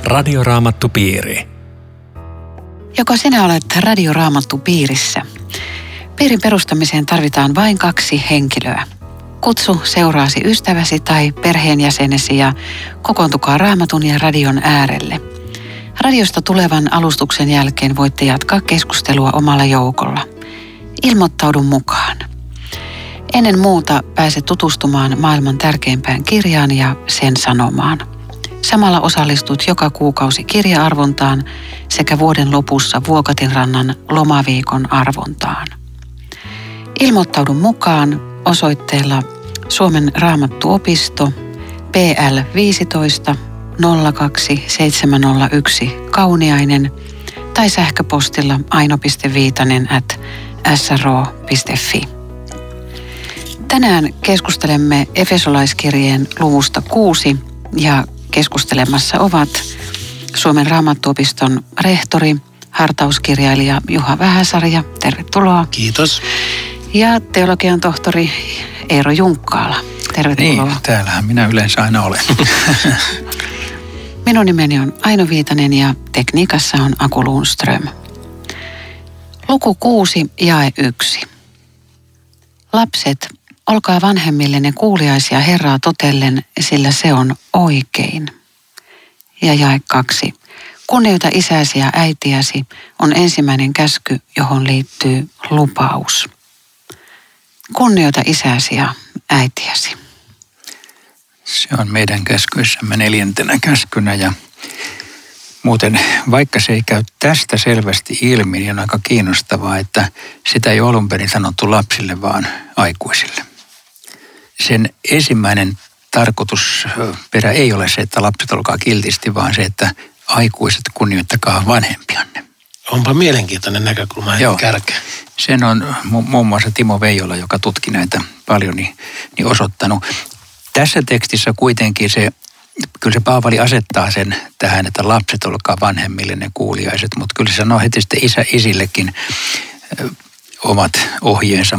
Radioraamattupiiri. Joko sinä olet Radioraamattupiirissä? Piirin perustamiseen tarvitaan vain 2 henkilöä. Kutsu seuraasi ystäväsi tai perheenjäsenesi ja kokoontukaa Raamatun ja radion äärelle. Radiosta tulevan alustuksen jälkeen voitte jatkaa keskustelua omalla joukolla. Ilmoittaudu mukaan. Ennen muuta pääset tutustumaan maailman tärkeimpään kirjaan ja sen sanomaan. Samalla osallistut joka kuukausi kirja-arvontaan sekä vuoden lopussa Vuokatinrannan lomaviikon arvontaan. Ilmoittaudu mukaan osoitteella Suomen Raamattuopisto PL 15 02 701 Kauniainen tai sähköpostilla aino.viitanen@sro.fi. Tänään keskustelemme Efesolaiskirjeen luvusta 6 ja keskustelemassa ovat Suomen Raamattuopiston rehtori, hartauskirjailija Juha Vähäsarja. Tervetuloa. Kiitos. Ja teologian tohtori Eero Junkkaala. Tervetuloa. Niin, täällähän minä yleensä aina olen. Minun nimeni on Aino Viitanen ja tekniikassa on Aku Lundström. Luku 6, jae 1. Lapset, olkaa vanhemmillenne kuuliaisia Herraa totellen, sillä se on oikein. Ja jae 2. Kunnioita isäsi ja äitiäsi on ensimmäinen käsky, johon liittyy lupaus. Kunnioita isäsi ja äitiäsi. Se on meidän käskyissämme 4. käskynä ja muuten vaikka se ei käy tästä selvästi ilmi, niin on aika kiinnostavaa, että sitä ei alun perin sanottu lapsille, vaan aikuisille. Sen ensimmäinen tarkoitusperä ei ole se, että lapset olkaa kiltisti, vaan se, että aikuiset kunnioittakaa vanhempianne. Onpa mielenkiintoinen näkökulma kärkeä. Sen on muun muassa Timo Veijola, joka tutki näitä paljon, niin osoittanut. Tässä tekstissä kuitenkin kyllä se Paavali asettaa sen tähän, että lapset olkaa vanhemmille ne kuuliaiset, mutta kyllä se sanoo heti sitten isillekin omat ohjeensa,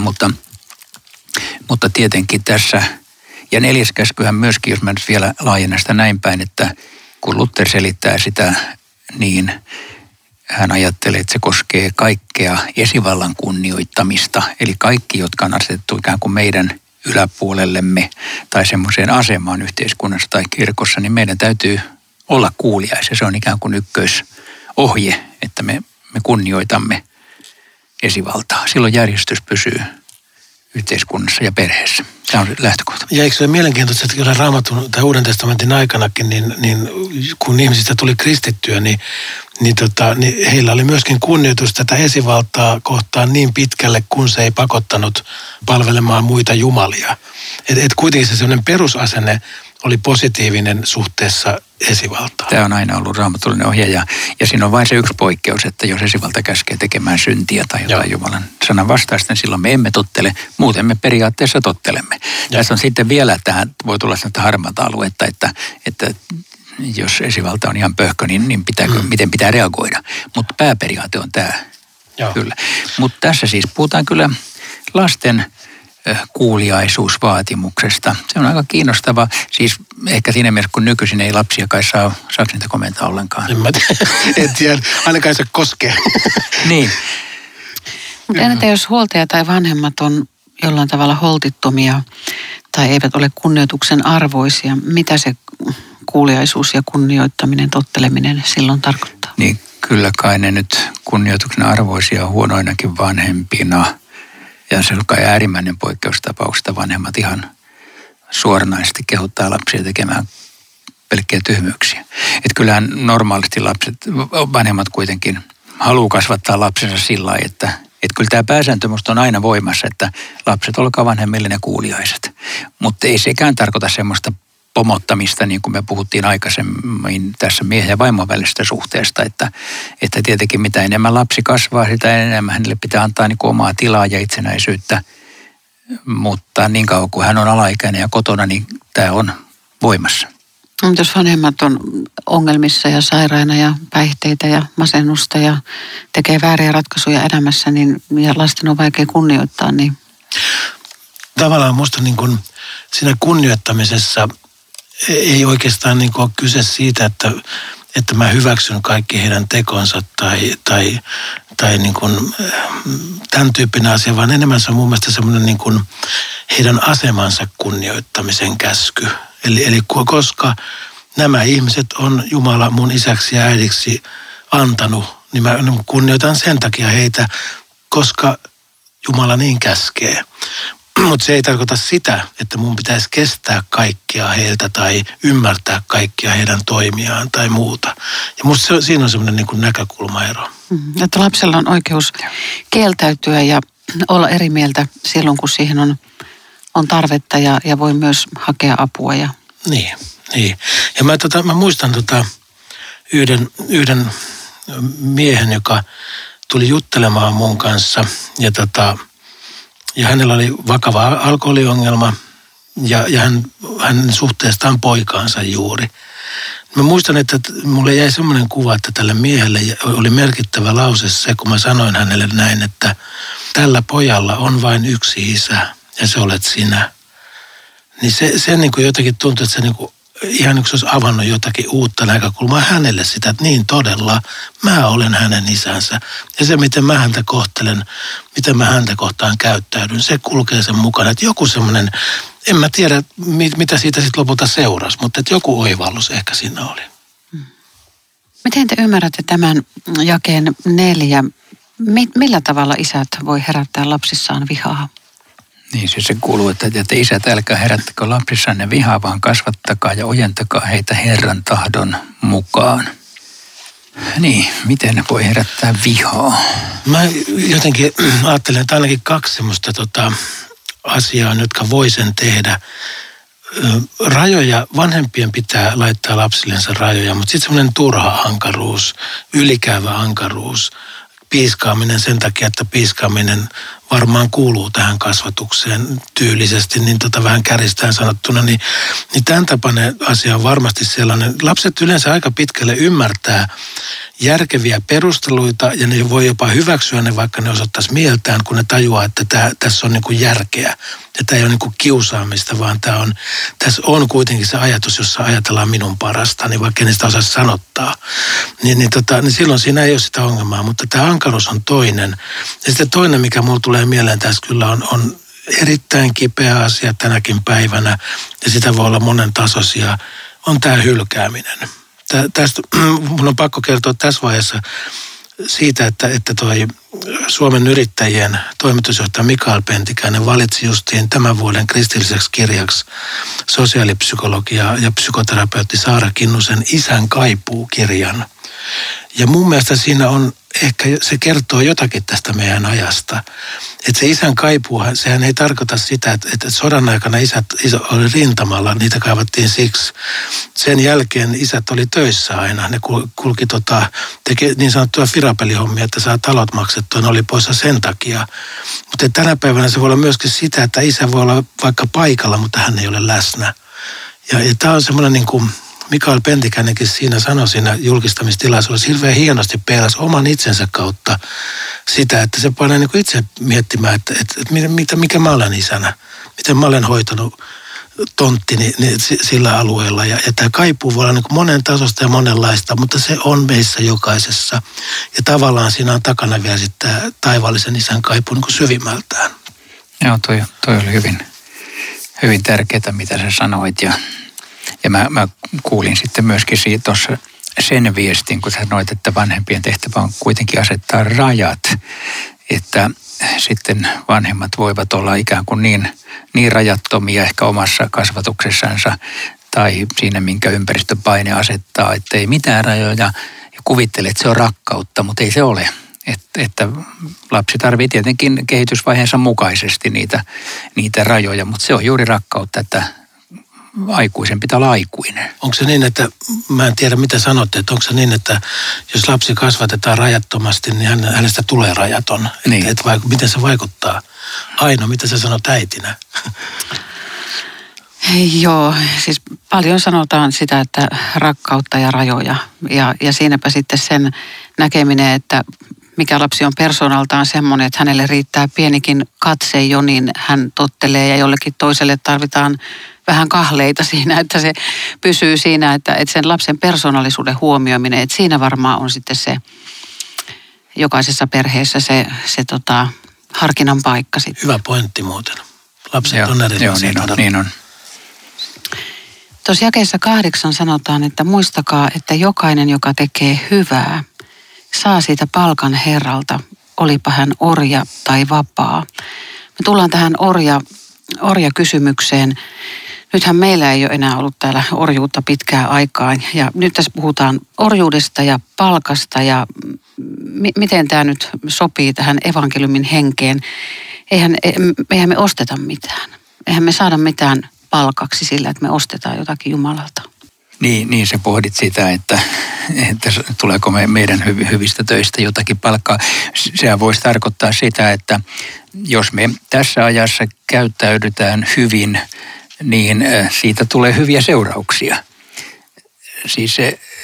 mutta tietenkin tässä, ja 4. käskyhän myöskin, jos mä nyt vielä laajennan sitä näin päin, että kun Luther selittää sitä, niin hän ajattelee, että se koskee kaikkea esivallan kunnioittamista, eli kaikki, jotka on asetettu ikään kuin meidän yläpuolellemme tai semmoiseen asemaan yhteiskunnassa tai kirkossa, niin meidän täytyy olla kuuliaisia. Se on ikään kuin ykkösohje, että me kunnioitamme esivaltaa. Silloin järjestys pysyy yhteiskunnassa ja perheessä. Tämä on lähtökohta. Ja eikö se ole mielenkiintoista, että kyllä Raamatun tai Uuden testamentin aikanakin, niin kun ihmisistä tuli kristittyä, niin heillä oli myöskin kunnioitus tätä esivaltaa kohtaan niin pitkälle, kun se ei pakottanut palvelemaan muita jumalia. Et kuitenkin se sellainen perusasenne oli positiivinen suhteessa esivaltaan. Tämä on aina ollut raamatullinen ohje ja siinä on vain se yksi poikkeus, että jos esivalta käskee tekemään syntiä tai jotain Jumalan sanan vastaista, niin silloin me emme tottele, muuten me periaatteessa tottelemme. Tässä on sitten vielä, tähän voi tulla sellaista harmaata aluetta, että jos esivalta on ihan pöhkö, niin miten pitää reagoida. Mutta pääperiaate on tämä. Kyllä. Mutta tässä siis puhutaan kyllä lasten kuuliaisuusvaatimuksesta. Se on aika kiinnostava. Siis ehkä siinä mielessä, kun nykyisin ei lapsia kai saako niitä komentaa ollenkaan. En tiedä, ainakaan se koskee. Niin. Mutta entä jos huoltaja tai vanhemmat on jollain tavalla holtittomia tai eivät ole kunnioituksen arvoisia, mitä se kuuliaisuus ja kunnioittaminen, totteleminen silloin tarkoittaa? Niin kyllä kai ne nyt kunnioituksen arvoisia huonoinakin vanhempina. Ja se on kai äärimmäinen poikkeustapauksesta vanhemmat ihan suoranaisesti kehottaa lapsia tekemään pelkkiä tyhmyyksiä. Että kyllähän normaalisti vanhemmat kuitenkin haluaa kasvattaa lapsensa sillä lailla, että kyllä tämä pääsääntö musta on aina voimassa, että lapset olkaa vanhemmille ne kuuliaiset. Mutta ei sekään tarkoita semmoista pomottamista, niin kuin me puhuttiin aikaisemmin tässä miehen ja vaimon välisestä suhteesta, että tietenkin mitä enemmän lapsi kasvaa, sitä enemmän hänelle pitää antaa niin kuin omaa tilaa ja itsenäisyyttä, mutta niin kauan kuin hän on alaikäinen ja kotona, niin tämä on voimassa. Mutta jos vanhemmat on ongelmissa ja sairaina ja päihteitä ja masennusta ja tekee vääriä ratkaisuja elämässä, niin ja lasten on vaikea kunnioittaa, niin tavallaan musta niin kuin siinä kunnioittamisessa ei oikeastaan niin kuin ole kyse siitä, että että mä hyväksyn kaikki heidän tekonsa tai niin kuin tämän tyyppinen asia, vaan enemmän se on mun mielestä semmoinen niin kuin heidän asemansa kunnioittamisen käsky. Eli koska nämä ihmiset on Jumala mun isäksi ja äidiksi antanut, niin mä kunnioitan sen takia heitä, koska Jumala niin käskee. Mutta se ei tarkoita sitä, että mun pitäisi kestää kaikkia heiltä tai ymmärtää kaikkia heidän toimiaan tai muuta. Ja musta siinä on semmoinen niin kuin näkökulmaero. Että lapsella on oikeus kieltäytyä ja olla eri mieltä silloin, kun siihen on tarvetta ja voi myös hakea apua. Niin. Ja mä muistan yhden miehen, joka tuli juttelemaan mun kanssa ja hänellä oli vakava alkoholiongelma ja hänen suhteestaan poikaansa juuri. Mä muistan, että mulle jäi semmoinen kuva, että tälle miehelle oli merkittävä lause se, kun mä sanoin hänelle näin, että tällä pojalla on vain yksi isä ja se olet sinä. Niin se niin kuin jotenkin tuntui, että se niin kuin ihan yksi olisi avannut jotakin uutta näkökulmaa hänelle sitä, että niin todella, mä olen hänen isänsä. Ja se, miten mä häntä kohtelen, miten mä häntä kohtaan käyttäydyn, se kulkee sen mukana. Että joku semmoinen, en mä tiedä, mitä siitä sitten lopulta seurasi, mutta että joku oivallus ehkä siinä oli. Miten te ymmärrätte tämän jakeen 4? Millä tavalla isät voi herättää lapsissaan vihaa? Niin se kuuluu, että isät, älkää herättäkö lapsissanne vihaa, vaan kasvattakaa ja ojentakaa heitä Herran tahdon mukaan. Niin, miten voi herättää vihaa? Mä jotenkin ajattelen, että ainakin 2 semmoista asiaa, jotka voi sen tehdä. Rajoja, vanhempien pitää laittaa lapsillensa rajoja, mutta sitten semmoinen turha ankaruus, ylikäyvä ankaruus, piiskaaminen sen takia, että piiskaaminen varmaan kuuluu tähän kasvatukseen tyylisesti, niin vähän kärjistään sanottuna, niin tämän tapainen asia on varmasti sellainen. Lapset yleensä aika pitkälle ymmärtää järkeviä perusteluita ja ne voi jopa hyväksyä ne, vaikka ne osoittaisi mieltään, kun ne tajuaa, että tässä on niin kuin järkeä. Ja tämä ei ole niin kuin kiusaamista, vaan tässä on kuitenkin se ajatus, jossa ajatellaan minun parasta, niin vaikka en sitä osaa sanottaa. Niin silloin siinä ei ole sitä ongelmaa, mutta tämä ankaruus on toinen. Ja sitten toinen, mikä mulla tulee mieleen tässä kyllä on erittäin kipeä asia tänäkin päivänä, ja sitä voi olla monen tasoisia, on tämä hylkääminen. Tästä mun on pakko kertoa tässä vaiheessa siitä, että toi Suomen Yrittäjien toimitusjohtaja Mikael Pentikäinen valitsi justiin tämän vuoden kristilliseksi kirjaksi sosiaalipsykologia ja psykoterapeutti Saara Kinnusen Isän kaipuu-kirjan. Ja mun mielestä siinä on ehkä se kertoo jotakin tästä meidän ajasta. Että se isän kaipuu, sehän ei tarkoita sitä, että sodan aikana isä oli rintamalla, niitä kaivattiin siksi. Sen jälkeen isät oli töissä aina. Ne kulki teki niin sanottua firapelihommia, että saa talot maksettua, ne oli poissa sen takia. Mutta tänä päivänä se voi olla myöskin sitä, että isä voi olla vaikka paikalla, mutta hän ei ole läsnä. Ja tämä on semmoinen niin kuin Mikael Pentikäinenkin sanoi siinä julkistamistilaisuudessa hirveän hienosti peilasi oman itsensä kautta sitä, että se panee niin kuin itse miettimään, että mikä mä olen isänä, miten mä olen hoitanut tonttini sillä alueella. Ja tämä kaipuu voi olla niin kuin monen tasosta ja monenlaista, mutta se on meissä jokaisessa. Ja tavallaan siinä on takana vielä sitten tämä taivaallisen isän kaipuu niin kuin syvimmältään. Joo, toi oli hyvin tärkeää, mitä sä sanoit. Ja mä kuulin sitten myöskin siitä tuossa sen viestin, kun sanoit, että vanhempien tehtävä on kuitenkin asettaa rajat, että sitten vanhemmat voivat olla ikään kuin niin rajattomia ehkä omassa kasvatuksessansa tai siinä, minkä ympäristöpaine asettaa, että ei mitään rajoja ja kuvittelee, että se on rakkautta, mutta ei se ole. Että lapsi tarvitsee tietenkin kehitysvaiheensa mukaisesti niitä rajoja, mutta se on juuri rakkautta, että aikuisen pitää olla aikuinen. Onko se niin, että mä en tiedä mitä sanotte, että onko se niin, että jos lapsi kasvatetaan rajattomasti, niin hänestä tulee rajaton. Niin. Miten se vaikuttaa? Aino, mitä sä sanot äitinä? Joo, siis paljon sanotaan sitä, että rakkautta ja rajoja. Ja siinäpä sitten sen näkeminen, että mikä lapsi on persoonaltaan semmoinen, että hänelle riittää pienikin katse jo, niin hän tottelee ja jollekin toiselle tarvitaan vähän kahleita siinä, että se pysyy siinä, että sen lapsen persoonallisuuden huomioiminen, että siinä varmaan on sitten se jokaisessa perheessä se harkinnan paikka sitten. Hyvä pointti muuten. Lapset on erilaisia. Joo, niin on. Tuossa jakeessa 8 sanotaan, että muistakaa, että jokainen, joka tekee hyvää, saa siitä palkan Herralta, olipa hän orja tai vapaa. Me tullaan tähän orjakysymykseen. Nythän meillä ei ole enää ollut täällä orjuutta pitkään aikaan. Ja nyt tässä puhutaan orjuudesta ja palkasta ja miten tämä nyt sopii tähän evankeliumin henkeen. Eihän me osteta mitään. Eihän me saada mitään palkaksi sillä, että me ostetaan jotakin Jumalalta. Niin sä pohdit sitä, että tuleeko meidän hyvistä töistä jotakin palkkaa. Sehän voisi tarkoittaa sitä, että jos me tässä ajassa käyttäydytään hyvin, niin siitä tulee hyviä seurauksia. Siis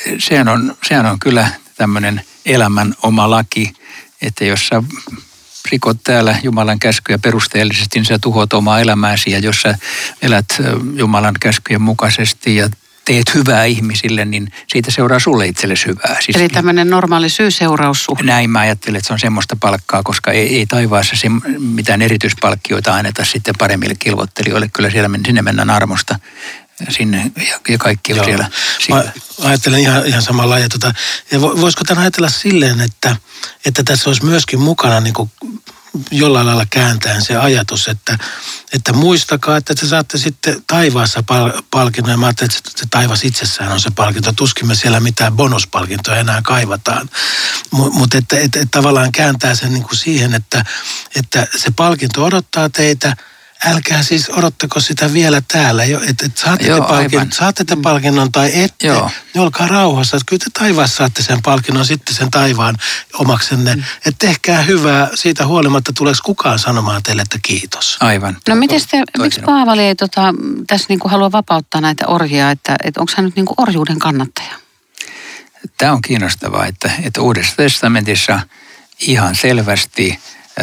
sehän on kyllä tämmöinen elämän oma laki, että jos sä rikot täällä Jumalan käskyjä perusteellisesti, niin sä tuhoat omaa elämääsi, ja jos sä elät Jumalan käskyjen mukaisesti ja teet hyvää ihmisille, niin siitä seuraa sulle itsellesi hyvää. Siis eli tämmöinen normaali syy-seuraussuhde. Näin mä ajattelen, että se on semmoista palkkaa, koska ei taivaassa mitään erityispalkkioita anneta sitten paremmille kilvoittelijoille. Kyllä siellä sinne mennään armosta sinne ja kaikki on siellä. Mä ajattelen ihan samalla lailla. Ja voisiko tämän ajatella silleen, että tässä olisi myöskin mukana niin kuin jollain lailla kääntäen se ajatus, että muistakaa, että te saatte sitten taivaassa palkinnon. Ja mä ajattelen, että se taivas itsessään on se palkinto. Tuskin me siellä mitään bonuspalkintoja enää kaivataan. Mutta että tavallaan kääntää sen niin kuin siihen, että se palkinto odottaa teitä. Älkää siis odottako sitä vielä täällä, että saatte te palkinnon tai ette, niin olkaa rauhassa. Kyllä te taivaassa saatte sen palkinnon, sitten sen taivaan omaksenne. Että tehkää hyvää, siitä huolimatta tuleeko kukaan sanomaan teille, että kiitos. Aivan. No miksi Paavali ei tässä niinku halua vapauttaa näitä orjia, että onko hän nyt niinku orjuuden kannattaja? Tämä on kiinnostavaa, että Uudessa testamentissa ihan selvästi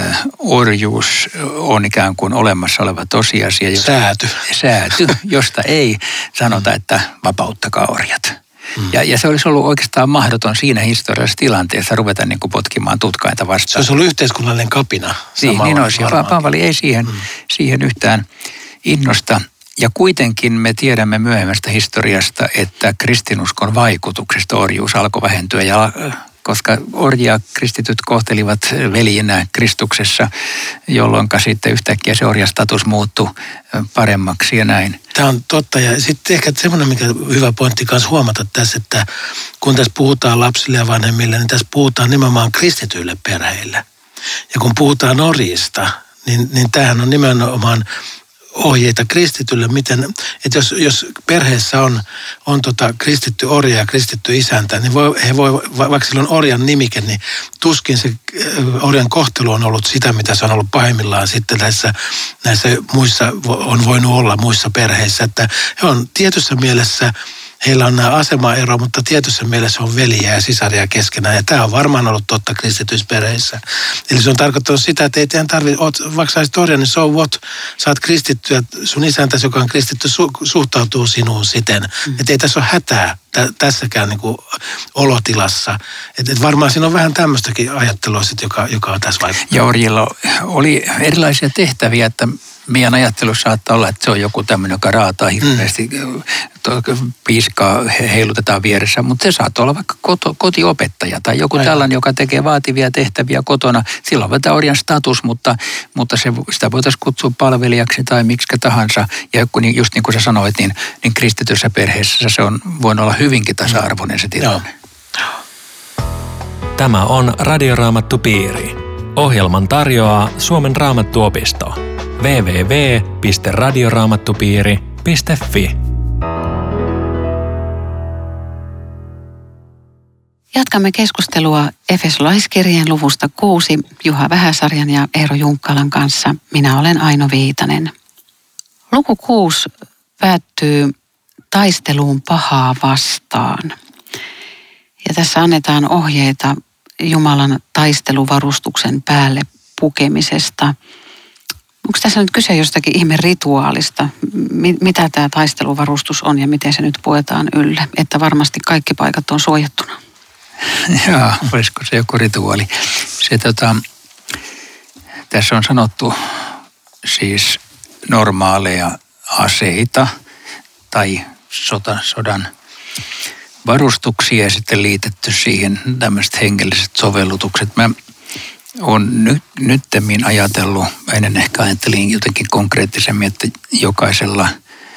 orjuus on ikään kuin olemassa oleva tosiasia. Sääty, josta ei sanota, että vapauttakaa orjat. Ja se olisi ollut oikeastaan mahdoton siinä historiallisessa tilanteessa ruveta niin kuin potkimaan tutkaita vastaan. Se olisi ollut yhteiskunnallinen kapina. Niin olisi. Paavali ei siihen yhtään innosta. Ja kuitenkin me tiedämme myöhemmästä historiasta, että kristinuskon vaikutuksesta orjuus alkoi vähentyä koska orjia kristityt kohtelivat veljinä Kristuksessa, jolloin sitten yhtäkkiä se orjastatus muuttui paremmaksi ja näin. Tämä on totta, ja sitten ehkä semmoinen, mikä hyvä pointti kanssa huomata tässä, että kun tässä puhutaan lapsille ja vanhemmille, niin tässä puhutaan nimenomaan kristityille perheille. Ja kun puhutaan orjista, niin tämähän on nimenomaan ohjeita kristitylle, että jos perheessä on kristitty orja ja kristitty isäntä, niin vaikka sillä on orjan nimike, niin tuskin se orjan kohtelu on ollut sitä, mitä se on ollut pahimmillaan sitten näissä muissa, on voinut olla muissa perheissä, että he on tietyssä mielessä, heillä on nämä asemaero, mutta tietyssä mielessä on veljiä ja sisaria keskenään. Ja tämä on varmaan ollut totta kristityissä perheissä. Eli se on tarkoittanut sitä, että ei teidän tarvitse, vaikka sä olisit orja, niin so what, sä oot kristitty ja sun isäntäsi, joka on kristitty, suhtautuu sinuun siten. Että ei tässä ole hätää tässäkään niin kuin olotilassa. Että varmaan siinä on vähän tämmöistäkin ajattelua, joka on tässä vaikuttanut. Ja orjilla oli erilaisia tehtäviä, että meidän ajattelu saattaa olla, että se on joku tämmöinen, joka raataa hirveästi, piiskaa heilutetaan vieressä, mutta se saattaa olla vaikka kotiopettaja tai joku tällainen, joka tekee vaativia tehtäviä kotona. Silloin on tämä orjan status, mutta sitä voitaisiin kutsua palvelijaksi tai miksikä tahansa. Ja just niin kuin sä sanoit, niin kristityssä perheessä se on voinut olla hyvinkin tasa-arvoinen se tilanne. Tämä on Radioraamattupiiri. Ohjelman tarjoaa Suomen Raamattuopisto. www.radioraamattupiiri.fi. Jatkamme keskustelua Efesolaiskirjeen luvusta 6 Juha Vähäsarjan ja Eero Junkkalan kanssa. Minä olen Aino Viitanen. Luku 6 päättyy taisteluun pahaa vastaan. Ja tässä annetaan ohjeita Jumalan taisteluvarustuksen päälle pukemisesta. Onko tässä nyt kyse jostakin ihme rituaalista? Mitä tämä taisteluvarustus on ja miten se nyt puetaan ylle? Että varmasti kaikki paikat on suojattuna. Joo, olisiko se joku rituaali? Tässä on sanottu siis normaaleja aseita tai sodan varustuksia ja sitten liitetty siihen tämmöiset hengelliset sovellutukset. Mä oon nyttemmin ajatellut, ennen ehkä ajattelin jotenkin konkreettisemmin, että jokaisella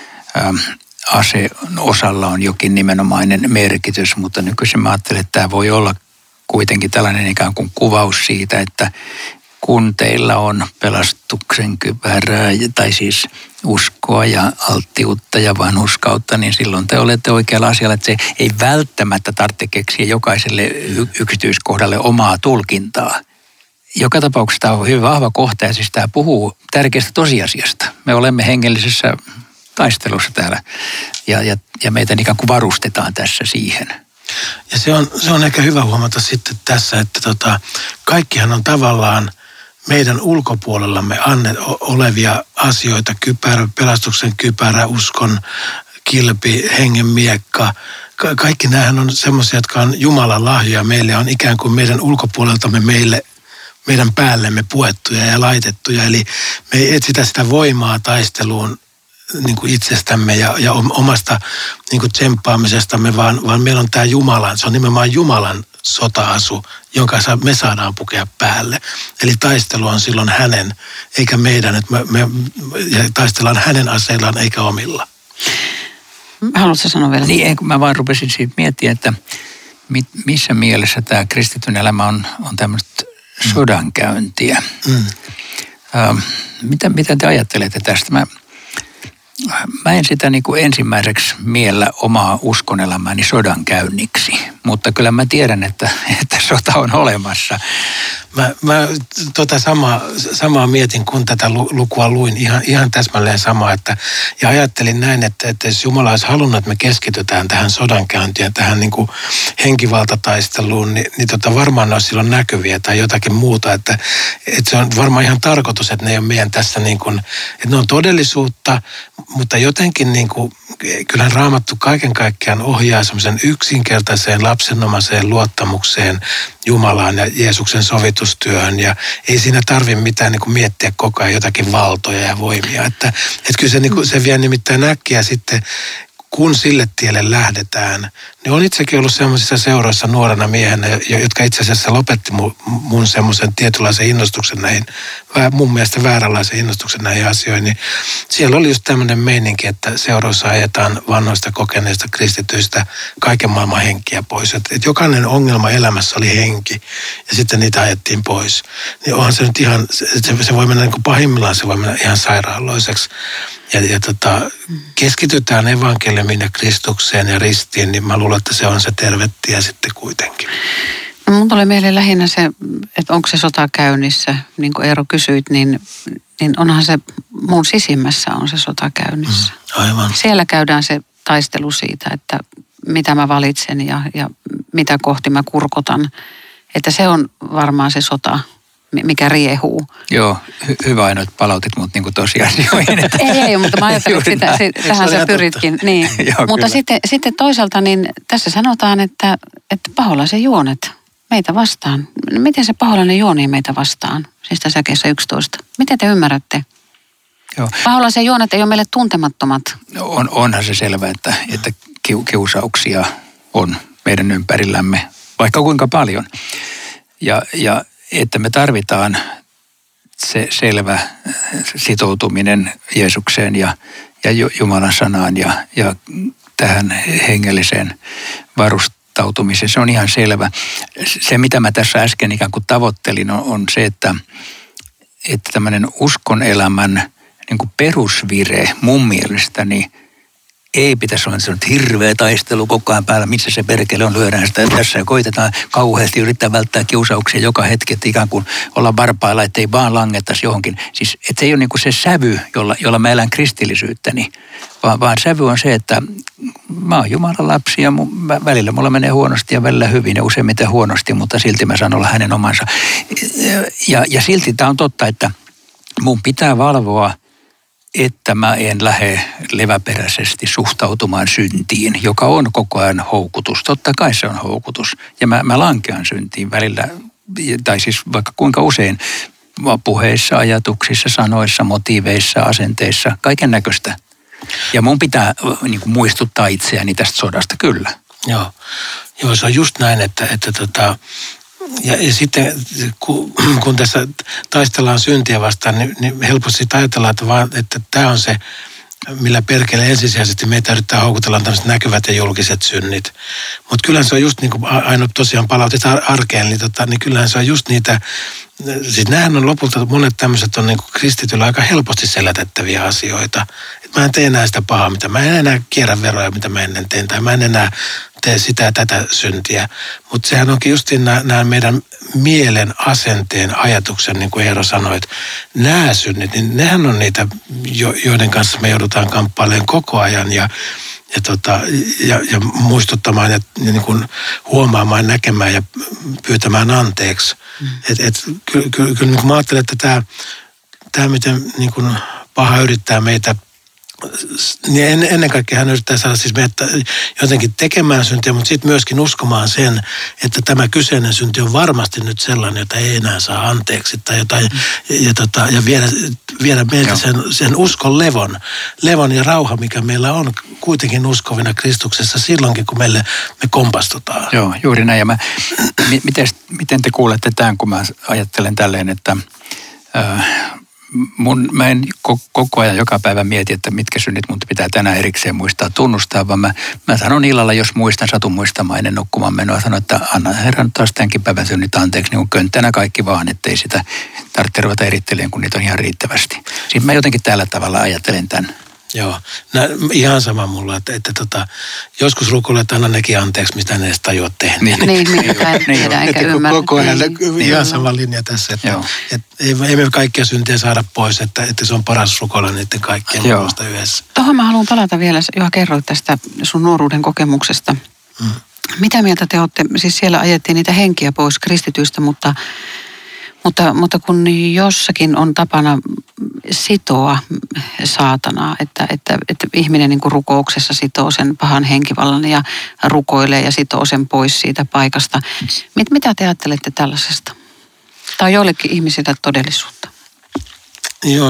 aseosalla on jokin nimenomainen merkitys, mutta nykyisin mä ajattelen, että tämä voi olla kuitenkin tällainen ikään kuin kuvaus siitä, että kun teillä on pelastuksen kypärää, tai siis uskoa ja alttiutta ja vanhurskautta, niin silloin te olette oikealla asialla, että se ei välttämättä tarvitse keksiä jokaiselle yksityiskohdalle omaa tulkintaa. Joka tapauksessa tämä on hyvin vahva kohta ja siis tämä puhuu tärkeästä tosiasiasta. Me olemme hengellisessä taistelussa täällä ja meitä ikään kuin varustetaan tässä siihen. Ja se on ehkä hyvä huomata sitten tässä, että kaikkihan on tavallaan meidän ulkopuolellamme olevia asioita, kypärä, pelastuksen kypärä, uskon kilpi, hengen miekka. Kaikki nämähän on semmoisia, jotka on Jumalan lahjoja meille, on ikään kuin meidän ulkopuoleltamme meidän päällemme puettuja ja laitettuja. Eli me ei etsitä sitä voimaa taisteluun niin kuin itsestämme ja omasta niin kuin tsemppaamisestamme, vaan meillä on tämä Jumalan, se on nimenomaan Jumalan sota-asu, jonka me saadaan pukea päälle. Eli taistelu on silloin hänen, eikä meidän, että me taistellaan hänen aseillaan eikä omilla. Haluatko sanoa vielä? Niin, mä vaan rupesin siitä miettiä, että missä mielessä tämä kristityn elämä on tämmöistä sodankäyntiä. Mitä te ajattelette tästä? Mä en sitä niin kuin ensimmäiseksi miellä omaa uskonelämääni sodankäynniksi, mutta kyllä mä tiedän, että sota on olemassa. Mä samaa mietin, kun tätä lukua luin, ihan täsmälleen samaa, ja ajattelin näin, että jos Jumala olisi halunnut, että me keskitytään tähän sodankäyntiin, tähän niin kuin henkivaltataisteluun, niin varmaan ne olisi silloin näkyviä tai jotakin muuta, että se on varmaan ihan tarkoitus, että ne ei ole meidän tässä niin kuin, että ne on todellisuutta, mutta jotenkin niin kuin, kyllähän Raamattu kaiken kaikkiaan ohjaa semmoisen yksinkertaiseen lapsenomaiseen luottamukseen Jumalaan ja Jeesuksen sovitustyöhön, ja ei siinä tarvitse mitään niin kuin miettiä koko ajan jotakin valtoja ja voimia. Että kyllä se, niin kuin, se vie nimittäin äkkiä sitten, kun sille tielle lähdetään, niin olen itsekin ollut sellaisissa seuroissa nuorena miehenä, jotka itse asiassa lopetti mun semmoisen tietynlaisen innostuksen näihin, mun mielestä vääränlaisen innostuksen näihin asioihin, niin siellä oli just tämmöinen meininki, että seuroissa ajetaan vanhoista kokeneista kristityistä kaiken maailman henkiä pois. Että jokainen ongelma elämässä oli henki, ja sitten niitä ajettiin pois. Niin onhan se nyt ihan, se voi mennä niin kuin pahimmillaan, se voi mennä ihan sairaaloiseksi. Ja keskitytään evankeliumiin ja Kristukseen ja ristiin, niin mä luulen, että se on se tervettiä sitten kuitenkin. No, mun tulee mieleen lähinnä se, että onko se sota käynnissä, niin kuin Eero kysyit, niin onhan se mun sisimmässä on se sota käynnissä. Aivan. Siellä käydään se taistelu siitä, että mitä mä valitsen ja mitä kohti mä kurkotan. Että se on varmaan se sota, mikä riehuu. Joo, hyvä aina, että palautit mut niin kuin tosiasioihin. Ei, mutta mä ajattelin, että tähän sä pyritkin. Niin. Joo, mutta sitten toisaalta niin tässä sanotaan, että paholaisen juonet meitä vastaan. Miten se paholainen juoni meitä vastaan? Siis tässä jakeessa 11. Miten te ymmärrätte? Joo. Paholaisen juonet ei ole meille tuntemattomat. Onhan se selvä, että kiusauksia on meidän ympärillämme, vaikka kuinka paljon. Ja että me tarvitaan se selvä sitoutuminen Jeesukseen ja Jumalan sanaan ja tähän hengelliseen varustautumiseen. Se on ihan selvä. Se, mitä mä tässä äsken ikään kuin tavoittelin, on se, että tämmöinen uskonelämän niin kuin perusvire mun mielestäni ei pitäisi olla sellainen hirveä taistelu koko ajan päällä, missä se perkele on, lyödään sitä tässä ja koitetaan kauheasti yrittää välttää kiusauksia joka hetki, että ikään kuin olla varpailla, ettei vaan langettaisi johonkin. Siis, että se ei ole niin kuin se sävy, jolla mä elän kristillisyyttäni, vaan sävy on se, että mä oon Jumalan lapsi ja välillä mulla menee huonosti ja välillä hyvin ja useimmiten huonosti, mutta silti mä saan olla hänen omansa. Ja silti tämä on totta, että mun pitää valvoa, että mä en lähde leväperäisesti suhtautumaan syntiin, joka on koko ajan houkutus. Totta kai se on houkutus. Ja mä lankean syntiin välillä, tai siis vaikka kuinka usein puheissa, ajatuksissa, sanoissa, motiiveissa, asenteissa, kaiken näköistä. Ja mun pitää niin kuin muistuttaa itseäni tästä sodasta, kyllä. Joo, se on just näin, että ja sitten kun tässä taistellaan syntiä vastaan, niin helposti ajatellaan, että tämä on se, millä perkele ensisijaisesti meitä yrittää houkutella tämmöiset näkyvät ja julkiset synnit. Mutta kyllähän se on just niin kuin aina tosiaan palautetaan arkeen, niin kyllähän se on just niitä, siis nämähän on lopulta, monet tämmöiset on niin kuin kristityillä aika helposti selätettäviä asioita. Että mä en tee enää sitä pahaa, mä en enää kierrä veroja, mitä mä ennen teen, tai mä en enää tee sitä ja tätä syntiä. Mutta sehän onkin just nämä meidän mielen, asenteen, ajatuksen, niin kuin Eero sanoi, että nämä synnit, niin nehän on niitä, joiden kanssa me joudutaan kamppailemaan koko ajan ja muistuttamaan ja niin kuin huomaamaan, näkemään ja pyytämään anteeksi. Kyllä niin kuin mä ajattelen, että tämä miten niin kuin paha yrittää meitä, niin ennen kaikkea hän yrittää saada siis meitä jotenkin tekemään syntiä, mutta sitten myöskin uskomaan sen, että tämä kyseinen synti on varmasti nyt sellainen, jota ei enää saa anteeksi tai jotain, ja viedä meiltä sen uskon levon ja rauha, mikä meillä on kuitenkin uskovina Kristuksessa silloinkin, kun me kompastutaan. Joo, juuri näin. Ja miten te kuulette tämän, kun mä ajattelen tälleen, että mä en koko ajan joka päivä mieti, että mitkä synnit mun pitää tänään erikseen muistaa tunnustaa, vaan mä sanon illalla, jos satun muistamaan ennen nukkumaan menoa, sanon, että anna Herran taas tämänkin päivän synnit anteeksi, niin kuin könttänä kaikki vaan, ettei sitä tarvitse ruveta erittelemään, kun niitä on ihan riittävästi. Sitten mä jotenkin tällä tavalla ajattelen tämän. Joo, ihan sama mulla, että joskus rukoilet anna nekin anteeksi, mitä ne edes tajua tehdä. Niin, tiedä eikä ymmärrä. Koko ajan ihan sama linja tässä, että ei me kaikkia syntiä saada pois, että se on paras rukoilla niiden kaikkien puolesta yhdessä. Tuohon mä haluan palata vielä, Juha, kerroit tästä sun nuoruuden kokemuksesta. Mitä mieltä te olette, siis siellä ajettiin niitä henkiä pois kristityistä, mutta kun jossakin on tapana sitoa saatanaa, että ihminen niin kuin rukouksessa sitoo sen pahan henkivallan ja rukoilee ja sitoo sen pois siitä paikasta. Mitä te ajattelette tällaisesta? Tai joillekin ihmisille todellisuutta? Joo,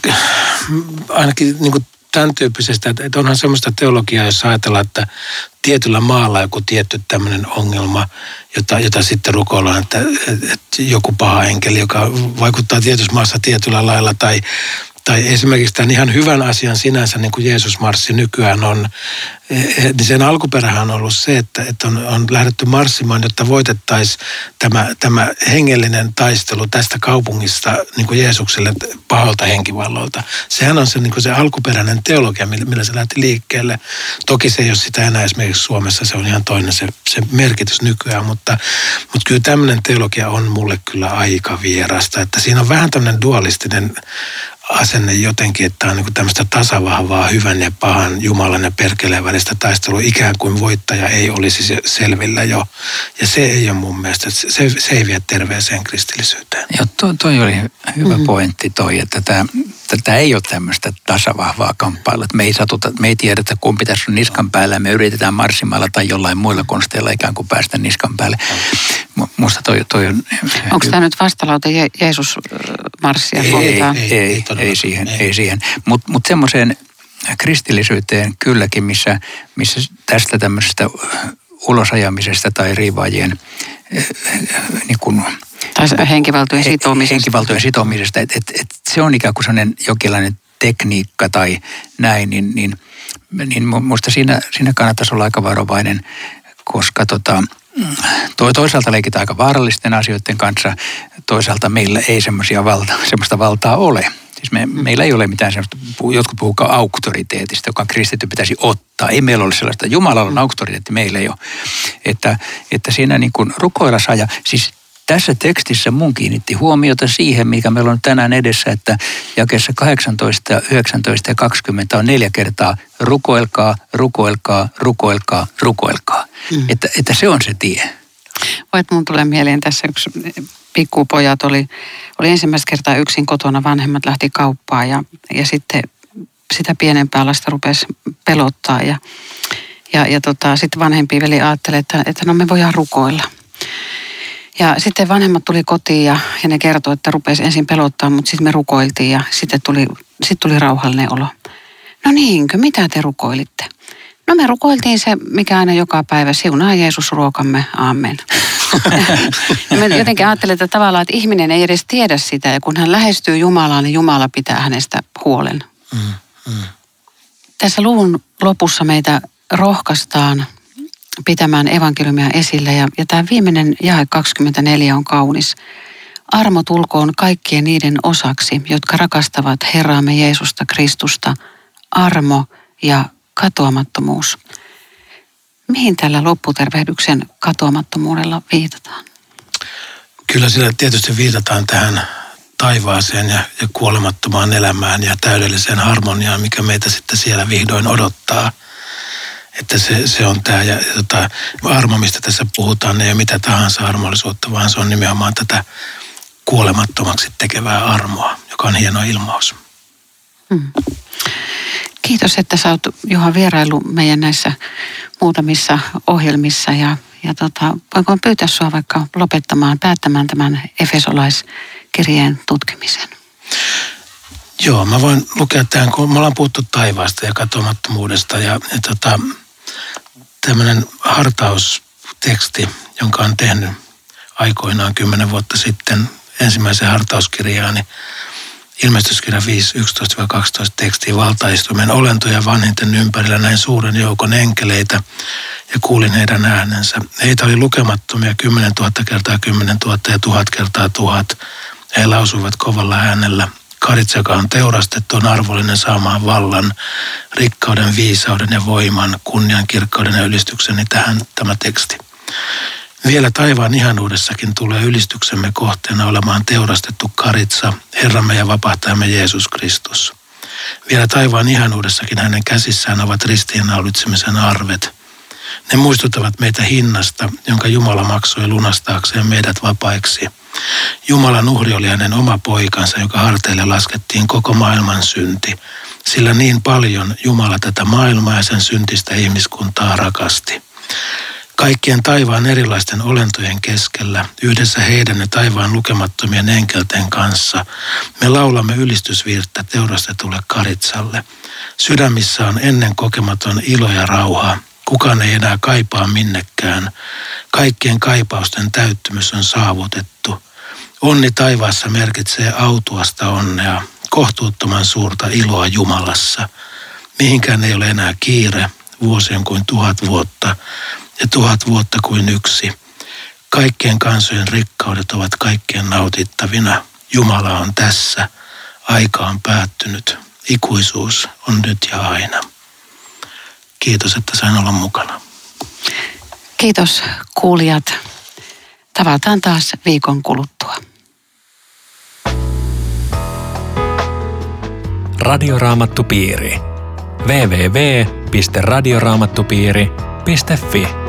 ainakin niin kuin tämän tyyppisestä, että onhan semmoista teologiaa, jossa ajatellaan, että tietyllä maalla joku tietty tämmöinen ongelma, jota sitten rukoillaan, että joku paha enkeli, joka vaikuttaa tietyssä maassa tietyllä lailla, tai esimerkiksi tämän ihan hyvän asian sinänsä, niin kuin Jeesus-marssi nykyään on, niin sen alkuperähän on ollut se, että on lähdetty marssimaan, jotta voitettaisiin tämä hengellinen taistelu tästä kaupungista niin kuin Jeesukselle paholta henkivalloilta. Sehän on se, niin kuin se alkuperäinen teologia, millä se lähti liikkeelle. Toki se ei ole sitä enää esimerkiksi Suomessa, se on ihan toinen se merkitys nykyään, mutta kyllä tämmöinen teologia on mulle kyllä aika vierasta, että siinä on vähän tämmöinen dualistinen asenne jotenkin, että on niin tämmöistä tasavahvaa hyvän ja pahan, Jumalan ja perkeleen välistä taistelua, ikään kuin voittaja ei olisi selvillä jo. Ja se ei ole mun mielestä, se ei vie terveeseen kristillisyyteen. Joo, toi oli hyvä pointti toi, että tämä ei ole tämmöistä tasavahvaa kamppailua. Me ei tiedetä, kumpi tässä on niskan päällä, me yritetään marssimalla tai jollain muilla konsteilla ikään kuin päästä niskan päälle. Musta toi on... Onko tämä nyt vastalaute Jeesus-marssia? Ei siihen. Mutta semmoiseen kristillisyyteen kylläkin, missä tästä tämmöisestä ulosajamisesta tai riivaajien niin kuin... Tai henkivaltojen sitomisesta. Henkivaltojen sitomisesta, että se on ikään kuin sellainen jokinlainen tekniikka tai näin, niin musta siinä kannattaisi olla aika varovainen, koska toisaalta leikitään aika vaarallisten asioiden kanssa, toisaalta meillä ei semmoista valtaa ole. Siis meillä ei ole mitään sellaista, jotkut puhukaan auktoriteetista, joka kristitty pitäisi ottaa. Ei meillä ole sellaista, Jumalalla on auktoriteetti, meillä ei ole. Että siinä niin kuin rukoilla saa. Ja siis tässä tekstissä mun kiinnitti huomiota siihen, mikä meillä on tänään edessä, että jakeessa 18, 19 ja 20 on 4 kertaa rukoilkaa, rukoilkaa, rukoilkaa, rukoilkaa. Että se on se tie. Voit, mun tulee mieleen tässä yksi pikkupojat oli ensimmäistä kertaa yksin kotona, vanhemmat lähti kauppaan ja sitten sitä pienempää lasta rupesi pelottaa ja sitten vanhempi veli ajatteli, että no me voidaan rukoilla. Ja sitten vanhemmat tuli kotiin ja ne kertoi, että rupesi ensin pelottaa, mutta sitten me rukoiltiin ja sitten tuli rauhallinen olo. No niinkö, mitä te rukoilitte? No me rukoiltiin se, mikä aina joka päivä, siunaa Jeesus ruokamme, aamen. Ja mä jotenkin ajattelen, että tavallaan, että ihminen ei edes tiedä sitä ja kun hän lähestyy Jumalaan, niin Jumala pitää hänestä huolen. Tässä luvun lopussa meitä rohkaistaan pitämään evankeliumia esillä ja tämä viimeinen jae 24 on kaunis. Armo tulkoon kaikkien niiden osaksi, jotka rakastavat Herraamme Jeesusta Kristusta, armo ja katoamattomuus. Mihin tällä lopputervehdyksen katoamattomuudella viitataan? Kyllä sillä tietysti viitataan tähän taivaaseen ja kuolemattomaan elämään ja täydelliseen harmoniaan, mikä meitä sitten siellä vihdoin odottaa. Että se on tämä ja armo, mistä tässä puhutaan, ei ole mitä tahansa armollisuutta, vaan se on nimenomaan tätä kuolemattomaksi tekevää armoa, joka on hieno ilmaus. Kiitos, että sä oot, Juha, vierailu meidän näissä muutamissa ohjelmissa ja voinko pyytää sua vaikka päättämään tämän Efesolaiskirjeen tutkimisen? Joo, mä voin lukea tähän, kun me ollaan puhuttu taivaasta ja katoamattomuudesta ja tämmöinen hartausteksti, jonka on tehnyt aikoinaan 10 vuotta sitten ensimmäisen hartauskirjaani, ilmestyskirja 5, 11-12 tekstiin valtaistuimen olentoja vanhinten ympärillä näin suuren joukon enkeleitä ja kuulin heidän äänensä. Heitä oli lukemattomia 10 000 kertaa 10 000 ja 1000 kertaa 1000. He lausuivat kovalla äänellä. Karitsa, joka on teurastettu, on arvollinen saamaan vallan, rikkauden, viisauden ja voiman, kunnian, kirkkauden ja ylistyksen, niin tähän tämä teksti. Vielä taivaan ihanuudessakin tulee ylistyksemme kohteena olemaan teurastettu karitsa, Herramme ja vapahtajamme Jeesus Kristus. Vielä taivaan ihanuudessakin hänen käsissään ovat ristiinnaulitsemisen arvet. Ne muistuttavat meitä hinnasta, jonka Jumala maksoi lunastaakseen meidät vapaiksi. Jumalan uhri oli hänen oma poikansa, joka harteille laskettiin koko maailman synti, sillä niin paljon Jumala tätä maailmaa ja sen syntistä ihmiskuntaa rakasti. Kaikkien taivaan erilaisten olentojen keskellä, yhdessä heidän ja taivaan lukemattomien enkelten kanssa, me laulamme ylistysvirttä teurastetulle karitsalle. Sydämissä on ennen kokematon ilo ja rauha. Kukaan ei enää kaipaa minnekään. Kaikkien kaipausten täyttymys on saavutettu. Onni taivaassa merkitsee autuasta onnea, kohtuuttoman suurta iloa Jumalassa. Mihinkään ei ole enää kiire, vuosien kuin 1000 vuotta ja 1000 vuotta kuin yksi. Kaikkien kansojen rikkaudet ovat kaikkien nautittavina. Jumala on tässä, aika on päättynyt, ikuisuus on nyt ja aina. Kiitos, että sain olla mukana. Kiitos kuulijat. Tavataan taas viikon kuluttua. Radioraamattupiiri. www.radioraamattupiiri.fi